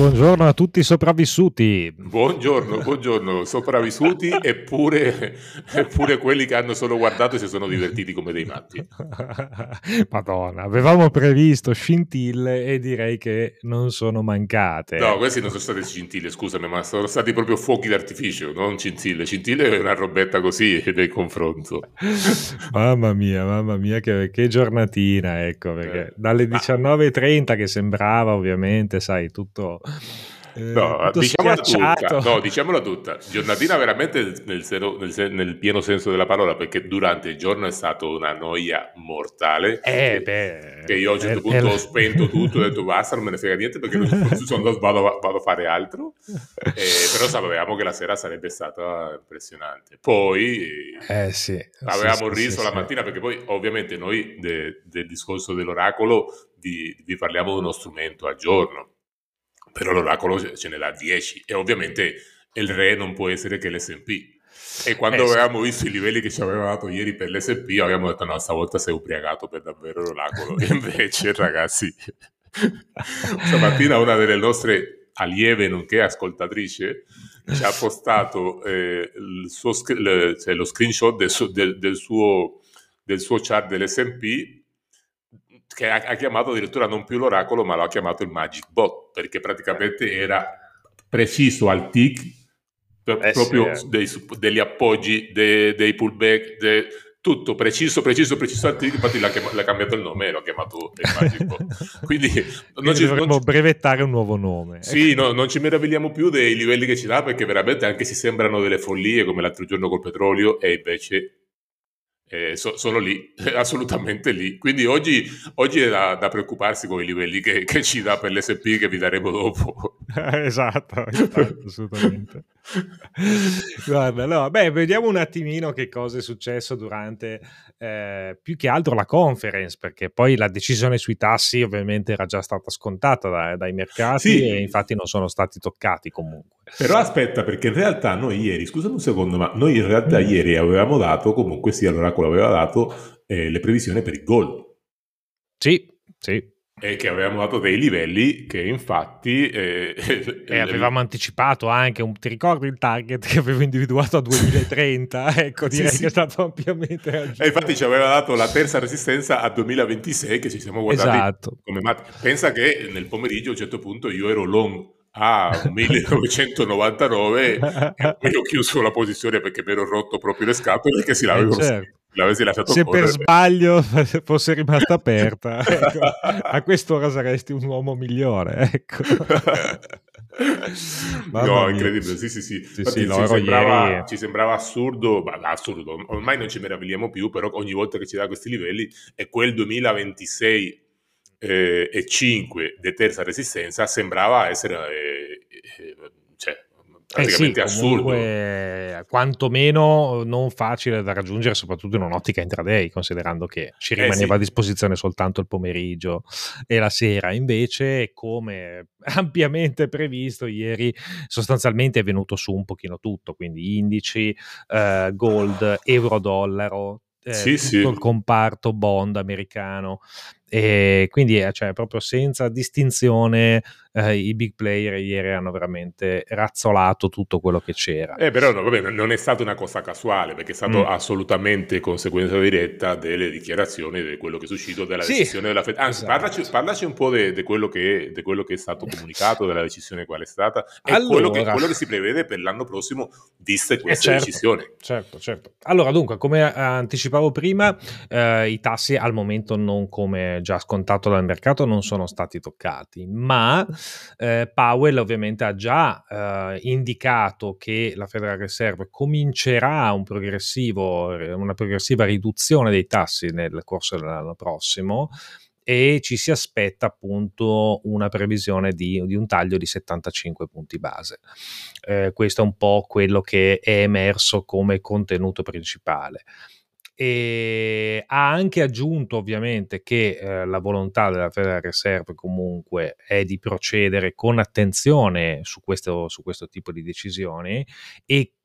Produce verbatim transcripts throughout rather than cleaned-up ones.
buongiorno a tutti i sopravvissuti. Buongiorno, buongiorno, sopravvissuti eppure, eppure quelli che hanno solo guardato e si sono divertiti come dei matti. Madonna, avevamo previsto scintille e direi che non sono mancate. No, questi non sono state scintille, scusami, ma sono stati proprio fuochi d'artificio, non scintille. Scintille è una robetta così del confronto. Mamma mia, mamma mia, che, che giornatina, ecco, perché Eh, dalle ma- diciannove e trenta che sembrava ovviamente, sai, tutto, eh, No, tutto diciamola schiacciato. tutta, no, diciamola tutta. Giornatina veramente nel, seno- nel sen- nel pieno senso della parola, perché durante il giorno è stata una noia mortale, Eh, che, beh, che io a un certo è- è punto la- ho spento tutto, ho detto basta, non me ne frega niente perché non, non sono- vado, vado a fare altro. Eh, però sapevamo che la sera sarebbe stata impressionante. Poi Eh sì, sì, avevamo sì, sì, riso la sì. mattina perché poi ovviamente noi de- del discorso dell'oracolo vi, vi parliamo di uno strumento al giorno, però l'oracolo ce ce n'è da dieci e ovviamente il re non può essere che l'S and P. E quando Eh sì. avevamo visto i livelli che ci aveva dato ieri per l'S and P abbiamo detto no, stavolta sei ubriacato per davvero l'oracolo. E invece ragazzi, stamattina una delle nostre allieve nonché ascoltatrice ci ha postato eh, il suo sc- le- cioè, lo screenshot del suo, del, del suo, del suo chart dell'S and P che ha, ha chiamato addirittura non più l'oracolo ma l'ha chiamato il Magic Bot perché praticamente era preciso al tick per- Eh sì, proprio eh. dei, supp- degli appoggi, de- dei pullback, de- tutto preciso, preciso, preciso al tick. Infatti l'ha, chiama- l'ha cambiato il nome e l'ha chiamato il Magic Bot. Quindi non Quindi ci, non dovremmo ci- brevettare un nuovo nome. sì, no, non ci meravigliamo più dei livelli che ci dà perché veramente anche si sembrano delle follie come l'altro giorno col petrolio e invece eh, so- sono lì, assolutamente lì. Quindi oggi, oggi è da, da preoccuparsi con i livelli che, che ci dà per l'S P che vi daremo dopo. Esatto, infatti, assolutamente. Guarda, no, beh, vediamo un attimino che cosa è successo durante eh, più che altro la conference, perché poi la decisione sui tassi ovviamente era già stata scontata da- dai mercati e Sì, infatti non sono stati toccati comunque. però aspetta, perché in realtà noi ieri, scusami un secondo, ma noi in realtà Mm. ieri avevamo dato, comunque sia l'oracolo aveva dato eh, le previsioni per il gold. Sì, sì. E che avevamo dato dei livelli che infatti eh, E il- il- avevamo anticipato anche, un, ti ricordi il target che avevo individuato a duemilatrenta? Ecco, sì, direi che è sì. stato ampiamente E infatti raggiunto. ci aveva dato la terza resistenza a duemilaventisei che ci siamo guardati Esatto. come matti. Pensa che nel pomeriggio a un certo punto io ero long a millenovecentonovantanove e poi ho chiuso la posizione perché mi ero rotto proprio le scatole perché se Eh l'avevo, certo. l'avessi lasciato Se per correre. sbaglio fosse rimasta aperta, ecco, a quest'ora saresti un uomo migliore, ecco. Mamma No, mia. incredibile, sì, sì, sì. Sì, sì, Infatti no, ci ero sembrava, ieri. ci sembrava assurdo, ma assurdo, ormai non ci meravigliamo più, però ogni volta che ci dà questi livelli è quel duemilaventisei eh, e cinque di terza resistenza sembrava essere eh, eh, cioè, Eh sì, praticamente assurdo. comunque quantomeno non facile da raggiungere, soprattutto in un'ottica intraday, considerando che ci Eh rimaneva a sì, disposizione soltanto il pomeriggio e la sera. Invece, come ampiamente previsto, ieri sostanzialmente è venuto su un pochino tutto, quindi indici, eh, gold, euro-dollaro, eh, sì, tutto il sì. comparto bond americano. E quindi eh, cioè, proprio senza distinzione eh, i big player ieri hanno veramente razzolato tutto quello che c'era. Eh, però no, vabbè, non è stata una cosa casuale, perché è stato Mm. assolutamente conseguenza diretta delle dichiarazioni di quello che è uscito dalla Sì, decisione della Fed. Anzi, parlaci, esatto. parlaci un po' di quello, che- de quello che è stato comunicato, della decisione qual è stata e quello che, Allora, quello che si prevede per l'anno prossimo, viste eh queste certo, decisioni. certo, certo. Allora, dunque, come eh, anticipavo prima, eh, i tassi al momento non come già scontato dal mercato non sono stati toccati, ma eh, Powell ovviamente ha già eh, indicato che la Federal Reserve comincerà un progressivo, una progressiva riduzione dei tassi nel corso dell'anno prossimo e ci si aspetta appunto una previsione di, di un taglio di settantacinque punti base. Eh, questo è un po' quello che è emerso come contenuto principale. E ha anche aggiunto ovviamente che eh, la volontà della Federal Reserve comunque è di procedere con attenzione su questo, su questo tipo di decisioni e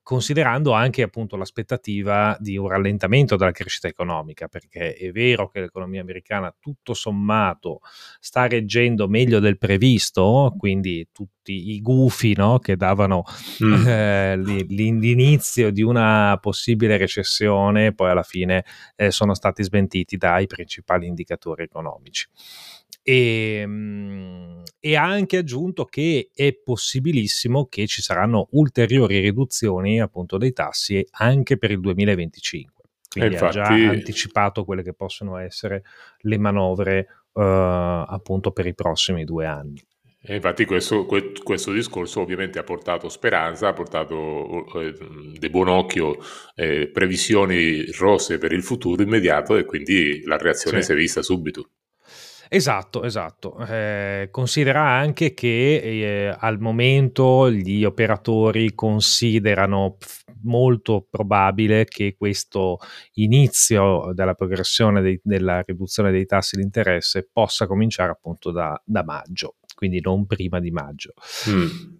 considerando anche appunto l'aspettativa di un rallentamento della crescita economica, perché è vero che l'economia americana tutto sommato sta reggendo meglio del previsto, quindi tutti i gufi, no, che davano Mm. eh, l'inizio di una possibile recessione, poi alla fine eh, sono stati smentiti dai principali indicatori economici. E, e ha anche aggiunto che è possibilissimo che ci saranno ulteriori riduzioni appunto dei tassi anche per il duemilaventicinque, E quindi ha già infatti, anticipato quelle che possono essere le manovre eh, appunto per i prossimi due anni. e infatti questo, que- questo discorso ovviamente ha portato speranza, ha portato eh, di buon occhio eh, previsioni rosse per il futuro immediato, e quindi la reazione Sì. si è vista subito. Esatto, esatto. Eh, considera anche che eh, al momento gli operatori considerano f- molto probabile che questo inizio della progressione dei- della riduzione dei tassi di interesse possa cominciare appunto da, da maggio, quindi non prima di maggio. Mm.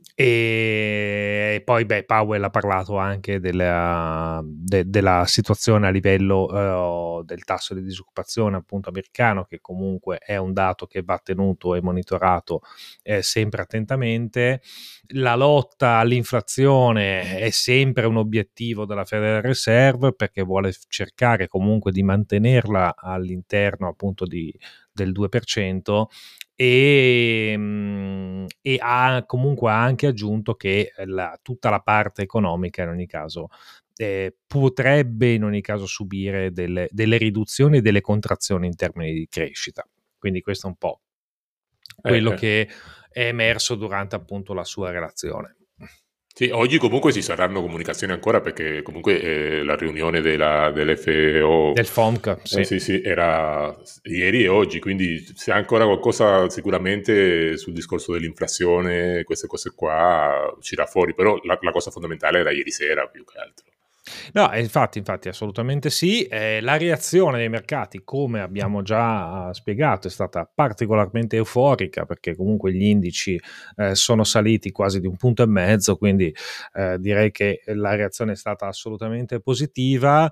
E poi beh, Powell ha parlato anche della, de, della situazione a livello uh, del tasso di disoccupazione appunto americano, che comunque è un dato che va tenuto e monitorato eh, sempre attentamente. La lotta all'inflazione è sempre un obiettivo della Federal Reserve, perché vuole cercare comunque di mantenerla all'interno appunto di, del due per cento. E, e ha comunque anche aggiunto che la, tutta la parte economica in ogni caso eh, potrebbe in ogni caso subire delle, delle riduzioni e delle contrazioni in termini di crescita. Quindi questo è un po' Eh, quello eh. che è emerso durante appunto la sua relazione. Sì, oggi comunque ci saranno comunicazioni ancora, perché comunque eh, la riunione della, dell'F O Del F O M C, eh, sì. sì, sì, era ieri e oggi, quindi c'è ancora qualcosa sicuramente sul discorso dell'inflazione, queste cose qua uscirà fuori, però la, la cosa fondamentale era ieri sera più che altro. No, infatti, infatti, assolutamente sì. Eh, la reazione dei mercati, come abbiamo già spiegato, è stata particolarmente euforica, perché comunque gli indici eh, sono saliti quasi di un punto e mezzo, quindi eh, direi che la reazione è stata assolutamente positiva.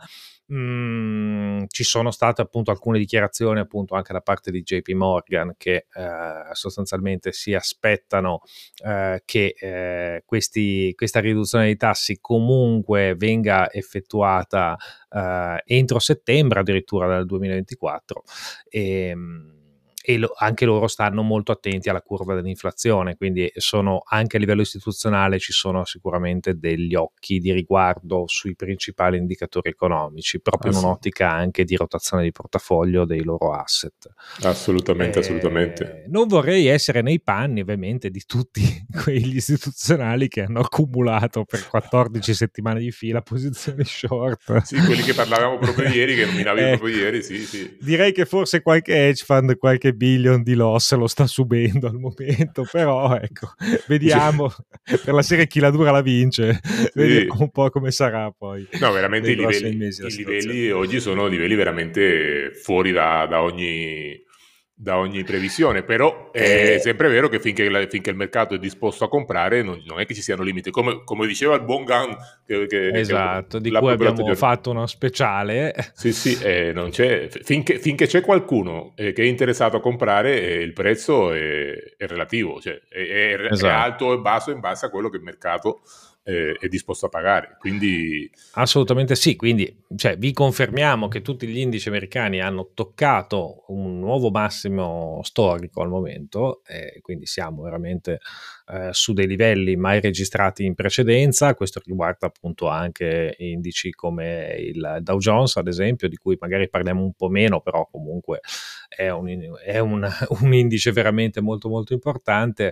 Mm, ci sono state appunto alcune dichiarazioni appunto anche da parte di J P Morgan, che eh, sostanzialmente si aspettano eh, che eh, questi, questa riduzione dei tassi comunque venga effettuata eh, entro settembre addirittura del duemilaventiquattro. E, e lo, anche loro stanno molto attenti alla curva dell'inflazione, quindi sono anche a livello istituzionale ci sono sicuramente degli occhi di riguardo sui principali indicatori economici, proprio in Ass- un'ottica anche di rotazione di portafoglio dei loro asset. assolutamente, assolutamente. Eh, non vorrei essere nei panni ovviamente di tutti quegli istituzionali che hanno accumulato per quattordici settimane di fila posizioni short. Sì, quelli che parlavamo proprio ieri, che nominavi ecco, proprio ieri, sì, sì. direi che forse qualche hedge fund, qualche billion di loss lo sta subendo al momento, però ecco, vediamo per la serie chi la dura la vince, Sì. vediamo un po' come sarà poi No, veramente nei i prossimi livelli, mesi la i situazione. livelli oggi sono livelli veramente fuori da, da ogni, da ogni previsione, però è Eh, sempre vero che finché, la- finché il mercato è disposto a comprare non, non è che ci siano limiti. Come, come diceva il buon Gunn, che, che, che esatto, di l'ha cui proprio l'altro abbiamo giorno. fatto uno speciale. Sì, sì, eh, non c'è, finché, finché c'è qualcuno eh, che è interessato a comprare, eh, il prezzo è, è relativo, cioè è, è- è Esatto. alto e basso in base a quello che il mercato eh, è disposto a pagare. Quindi Assolutamente sì, quindi cioè, vi confermiamo che tutti gli indici americani hanno toccato un nuovo massimo storico al momento, e quindi siamo veramente eh, su dei livelli mai registrati in precedenza. Questo riguarda appunto anche indici come il Dow Jones, ad esempio, di cui magari parliamo un po' meno, però comunque è un, è un, un indice veramente molto molto importante.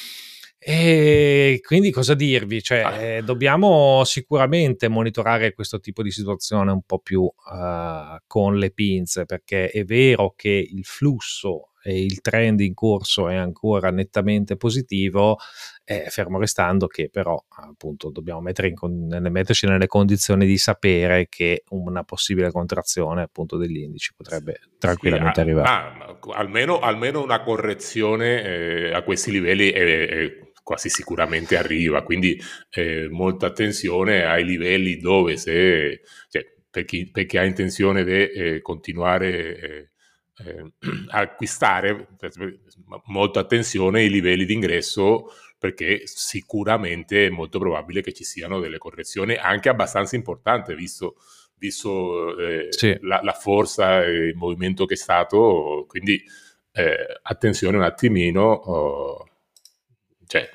E quindi cosa dirvi? Cioè, ah, eh, dobbiamo sicuramente monitorare questo tipo di situazione un po' più uh, con le pinze, perché è vero che il flusso e il trend in corso è ancora nettamente positivo, eh, fermo restando che però appunto dobbiamo mettere in con- nelle, metterci nelle condizioni di sapere che una possibile contrazione appunto degli indici potrebbe sì, tranquillamente ah, arrivare. ma, ma almeno, almeno una correzione eh, a questi livelli è, è quasi sicuramente arriva, quindi eh, molta attenzione ai livelli dove se, cioè, per, chi, per chi ha intenzione di eh, continuare eh, eh, a acquistare, molta attenzione ai livelli di ingresso, perché sicuramente è molto probabile che ci siano delle correzioni anche abbastanza importanti, visto, visto eh, sì. la, la forza e il movimento che è stato, quindi eh, attenzione un attimino, oh, cioè,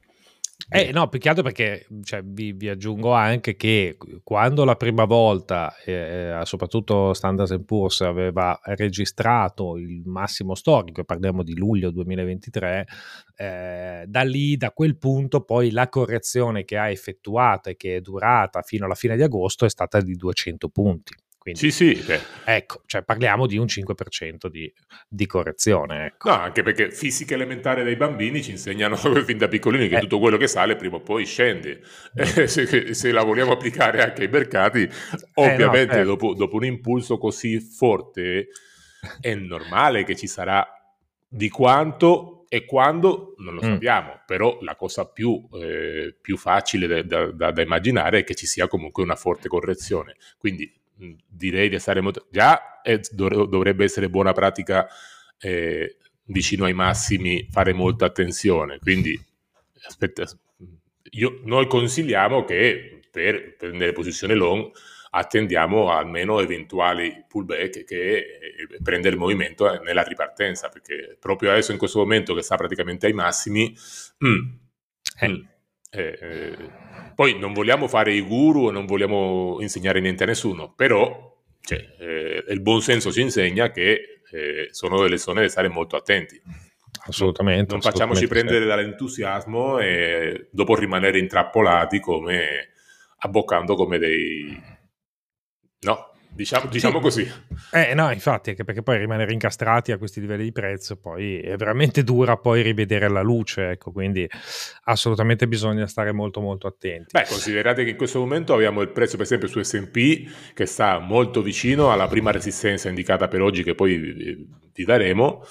Eh no, più che altro perché cioè, vi, vi aggiungo anche che quando la prima volta, eh, soprattutto Standard and Poor's aveva registrato il massimo storico, parliamo di luglio duemilaventitré, eh, da lì, da quel punto, poi la correzione che ha effettuato e che è durata fino alla fine di agosto è stata di duecento punti. Quindi, sì, sì, beh. ecco, cioè parliamo di un cinque per cento di, di correzione. Ecco. No, anche perché fisica elementare dai bambini ci insegnano fin da piccolini che eh. tutto quello che sale prima o poi scende. Eh, se, se la vogliamo applicare anche ai mercati, ovviamente eh no, certo. dopo, dopo un impulso così forte è normale che ci sarà di quanto e quando non lo mm. sappiamo, però la cosa più, eh, più facile da, da, da immaginare è che ci sia comunque una forte correzione. Quindi direi di stare molto... Già è, dovrebbe essere buona pratica eh, vicino ai massimi fare molta attenzione, quindi aspetta, io, noi consigliamo che per prendere posizione long attendiamo almeno eventuali pullback che eh, prendere il movimento nella ripartenza, perché proprio adesso in questo momento che sta praticamente ai massimi mm, eh. Mm, eh, eh, poi non vogliamo fare i guru e non vogliamo insegnare niente a nessuno, però cioè, eh, il buon senso ci insegna che eh, sono delle zone da stare molto attenti. Assolutamente. Non, non facciamoci assolutamente prendere sì. dall'entusiasmo e dopo rimanere intrappolati come abboccando come dei... No, diciamo, diciamo sì. così. Eh no, infatti, anche perché poi rimanere incastrati a questi livelli di prezzo poi è veramente dura poi rivedere la luce, ecco, quindi assolutamente bisogna stare molto molto attenti. Beh, considerate che in questo momento abbiamo il prezzo per esempio su S and P che sta molto vicino alla prima resistenza indicata per oggi, che poi vi, vi daremo,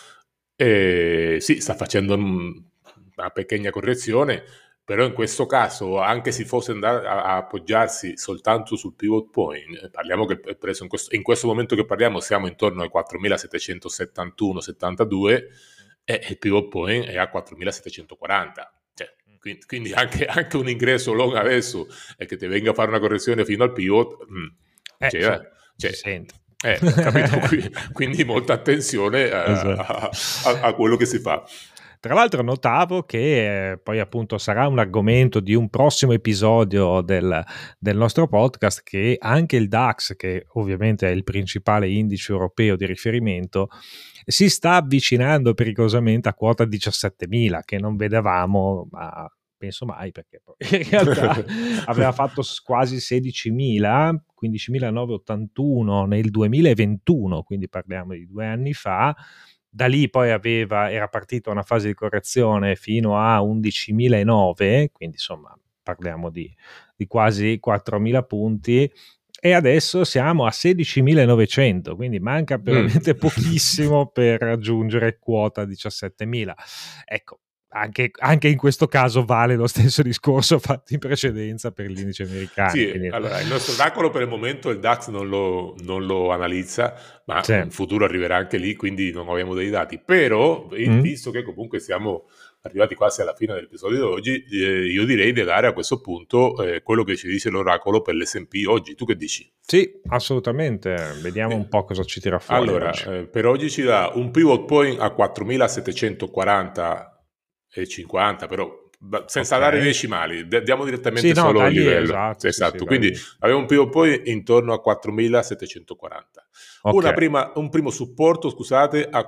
e sì, sta facendo una piccola correzione, però in questo caso, anche se fosse andare a, a appoggiarsi soltanto sul pivot point, parliamo che il prezzo in questo, in questo momento che parliamo siamo intorno ai quattromilasettecentosettantuno settantadue e il pivot point è a quattromilasettecentoquaranta. Cioè, quindi, quindi anche, anche un ingresso long adesso e che ti venga a fare una correzione fino al pivot, mh, eh, cioè, cioè, cioè, si sente. Eh, capito? Quindi molta attenzione a, esatto. a, a, a quello che si fa. Tra l'altro notavo che eh, poi appunto sarà un argomento di un prossimo episodio del, del nostro podcast, che anche il DAX, che ovviamente è il principale indice europeo di riferimento, si sta avvicinando pericolosamente a quota diciassettemila, che non vedevamo, ma penso mai, perché poi in realtà aveva fatto quasi sedicimila, quindicimilanovecentottantuno nel duemilaventuno, quindi parliamo di due anni fa. Da lì poi aveva, era partita una fase di correzione fino a undicimilanovecento, quindi insomma parliamo di, di quasi quattromila punti, e adesso siamo a sedicimilanovecento, quindi manca veramente mm. pochissimo per raggiungere quota diciassettemila. Ecco, anche, anche in questo caso vale lo stesso discorso fatto in precedenza per gli indici americani. Sì, quindi... allora il nostro oracolo per il momento il DAX non lo, non lo analizza, ma sì. in futuro arriverà anche lì, quindi non abbiamo dei dati. Però, mm. visto che comunque siamo arrivati quasi alla fine dell'episodio di oggi, eh, io direi di dare a questo punto eh, quello che ci dice l'oracolo per l'S and P oggi. Tu che dici? Sì, assolutamente. Vediamo eh. un po' cosa ci tira fuori. Allora, oggi. Eh, per oggi ci dà un pivot point a quattromilasettecentoquaranta e cinquanta, però senza okay. dare decimali, diamo direttamente sì, solo no, il livello. Esatto, esatto. Sì, sì, quindi abbiamo un pivot point intorno a quattromilasettecentoquaranta. Okay. Una prima, un primo supporto, scusate, a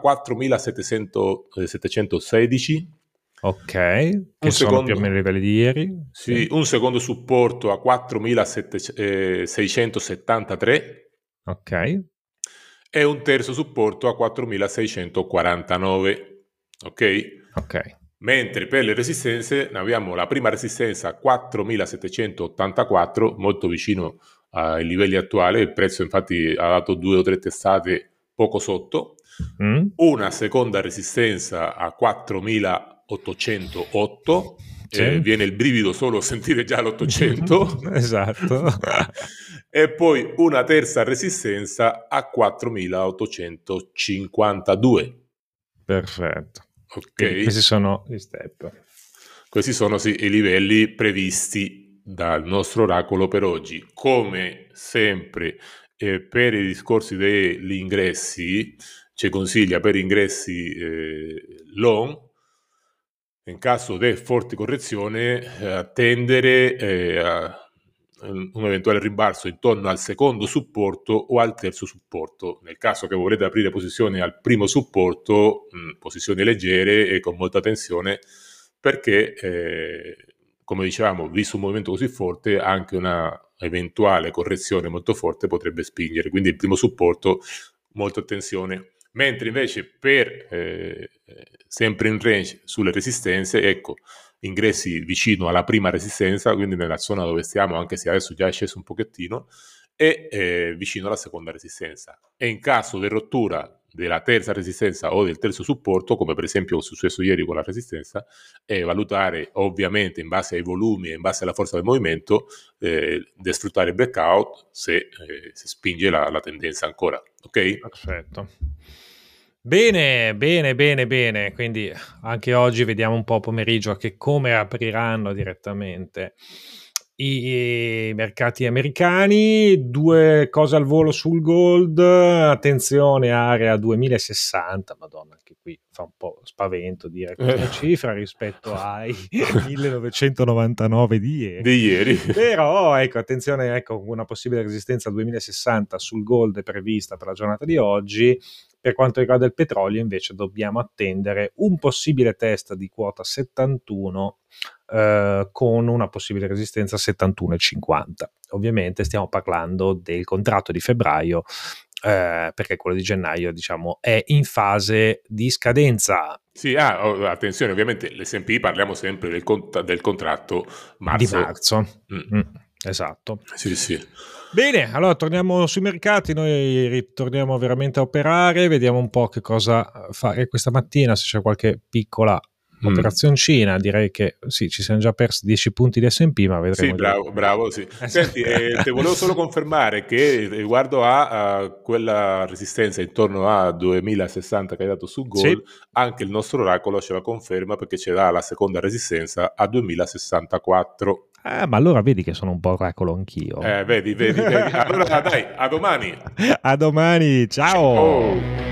quattromilasettecentosedici. Ok, che un sono secondo, più o meno i livelli di ieri. Sì, sì. Un secondo supporto a quattromilaseicentosettantatré. Ok. E un terzo supporto a quattromilaseicentoquarantanove. Ok? Ok. Mentre per le resistenze abbiamo la prima resistenza a quattromilasettecentottantaquattro, molto vicino ai livelli attuali, il prezzo infatti ha dato due o tre testate poco sotto, mm. una seconda resistenza a quattromilaottocentootto Sì. Eh, viene il brivido solo a sentire già l'ottocento. Esatto. E poi una terza resistenza a quattromilaottocentocinquantadue. Perfetto. Ok. Quindi questi sono gli step. Questi sono sì, i livelli previsti dal nostro oracolo per oggi. Come sempre, eh, per i discorsi degli ingressi, ci consiglia per ingressi eh, long, in caso di forte correzione, eh, attendere eh, a un eventuale ribalzo intorno al secondo supporto o al terzo supporto. Nel caso che volete aprire posizioni al primo supporto, mh, posizioni leggere e con molta tensione, perché, eh, come dicevamo, visto un movimento così forte, anche una eventuale correzione molto forte potrebbe spingere. Quindi il primo supporto, molta attenzione. Mentre invece per eh, sempre in range sulle resistenze, ecco, ingressi vicino alla prima resistenza, quindi nella zona dove stiamo, anche se adesso già è sceso un pochettino, e eh, vicino alla seconda resistenza. E in caso di rottura della terza resistenza o del terzo supporto, come per esempio è successo ieri con la resistenza, e valutare ovviamente in base ai volumi e in base alla forza del movimento, eh, di sfruttare il breakout se, eh, se spinge la, la tendenza ancora. Ok? Perfetto. Bene, bene, bene, bene. Quindi anche oggi vediamo un po' pomeriggio che come apriranno direttamente i, i mercati americani. Due cose al volo sul gold. Attenzione, area duemilasessanta. Madonna, anche qui fa un po' spavento dire questa Eh. cifra rispetto ai millenovecentonovantanove di ieri. Di ieri. Però ecco, attenzione, ecco, una possibile resistenza al duemilasessanta sul gold è prevista per la giornata di oggi. Per quanto riguarda il petrolio, invece, dobbiamo attendere un possibile test di quota settantuno eh, con una possibile resistenza a settantuno virgola cinquanta. Ovviamente stiamo parlando del contratto di febbraio, eh, perché quello di gennaio, diciamo, è in fase di scadenza. Sì, ah, oh, attenzione, ovviamente l'S and P parliamo sempre del, cont- del contratto marzo. Di marzo. Mm. Mm, esatto. Sì, sì. Bene, allora torniamo sui mercati, noi ritorniamo veramente a operare, vediamo un po' che cosa fare questa mattina, se c'è qualche piccola mm. operazioncina. Direi che sì, ci siamo già persi dieci punti di S and P, ma vedremo. Sì, bravo, di... bravo, sì. Senti, eh, ti volevo solo confermare che riguardo a, a quella resistenza intorno a duemilasessanta che hai dato su Gold, sì, anche il nostro oracolo ce la conferma perché ce l'ha la seconda resistenza a duemilasessantaquattro. Ah, ma allora vedi che sono un po' oracolo anch'io. Eh, vedi, vedi, vedi. Allora dai, a domani. A domani, ciao. Oh.